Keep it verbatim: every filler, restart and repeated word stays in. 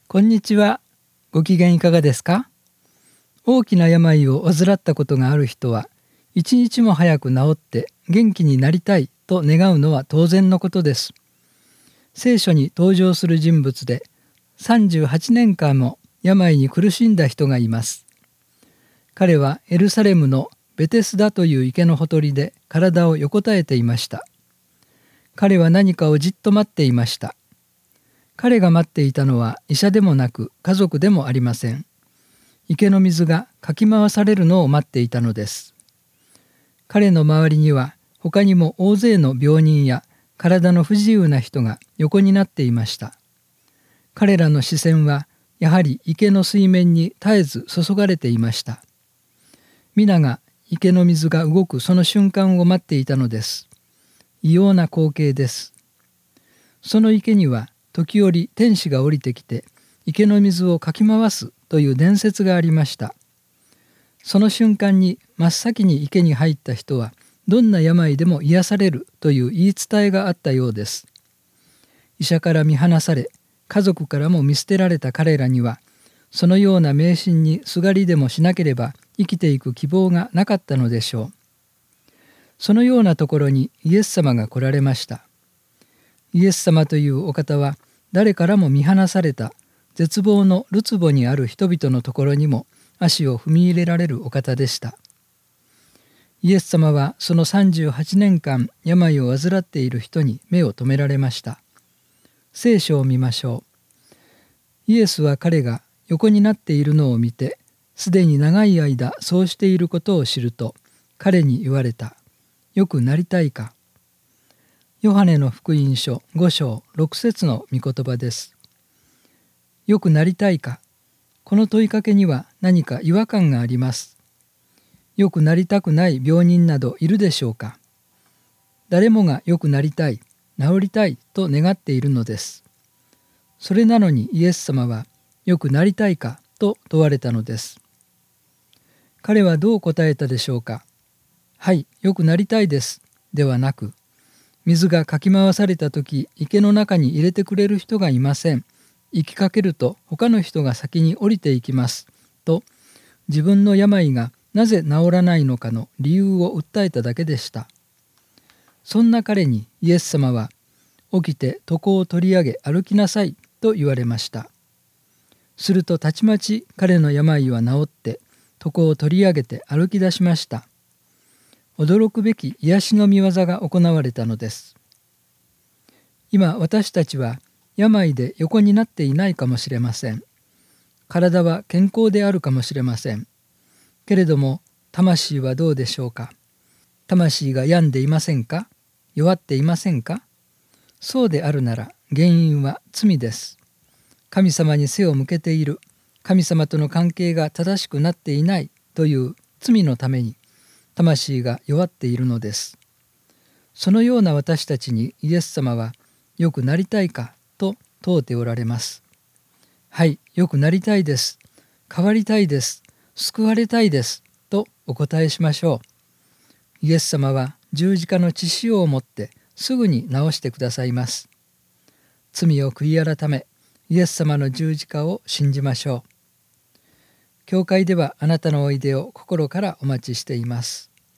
こんにちは。ご機嫌いかがですか？大きな病を患ったことがある人は、一日も早く治って元気になりたいと願うのは当然のことです。聖書に登場する人物で、さんじゅうはちねんかんも病に苦しんだ人がいます。彼はエルサレムのベテスダという池のほとりで体を横たえていました。彼は何かをじっと待っていました。彼が待っていたのは医者でもなく家族でもありません。池の水がかき回されるのを待っていたのです。彼の周りには他にも大勢の病人や体の不自由な人が横になっていました。彼らの視線はやはり池の水面に絶えず注がれていました。皆が池の水が動くその瞬間を待っていたのです。異様な光景です。その池には時折天使が降りてきて池の水をかき回すという伝説がありました。その瞬間に真っ先に池に入った人はどんな病でも癒されるという言い伝えがあったようです。医者から見放され、家族からも見捨てられた彼らには、そのような迷信にすがりでもしなければ生きていく希望がなかったのでしょう。そのようなところにイエス様が来られました。イエス様というお方は誰からも見放された絶望のるつぼにある人々のところにも足を踏み入れられるお方でした。イエス様はそのさんじゅうはちねんかん病を患っている人に目を留められました。聖書を見ましょう。イエスは彼が横になっているのを見て、すでに長い間そうしていることを知ると、彼に言われた。よくなりたいか。ヨハネの福音書ご章ろく節の御言葉です。よくなりたいか。この問いかけには何か違和感があります。よくなりたくない病人などいるでしょうか。誰もがよくなりたい、治りたいと願っているのです。それなのにイエス様はよくなりたいかと問われたのです。彼はどう答えたでしょうか。はい、よくなりたいです。ではなく、水がかき回された時、池の中に入れてくれる人がいません。行きかけると他の人が先に降りていきます。と、自分の病がなぜ治らないのかの理由を訴えただけでした。そんな彼にイエス様は、起きて床を取り上げ歩きなさいと言われました。するとたちまち彼の病は治って、床を取り上げて歩き出しました。驚くべき癒しの御業が行われたのです。今私たちは病で横になっていないかもしれません。体は健康であるかもしれません。けれども魂はどうでしょうか。魂が病んでいませんか？弱っていませんか？そうであるなら原因は罪です。神様に背を向けている、神様との関係が正しくなっていないという罪のために魂が弱っているのです。そのような私たちにイエス様はよくなりたいかと問うておられます。はい、よくなりたいです。変わりたいです。救われたいです。とお答えしましょう。イエス様は十字架の血潮をもってすぐに治してくださいます。罪を悔い改め、イエス様の十字架を信じましょう。教会ではあなたのおいでを心からお待ちしています。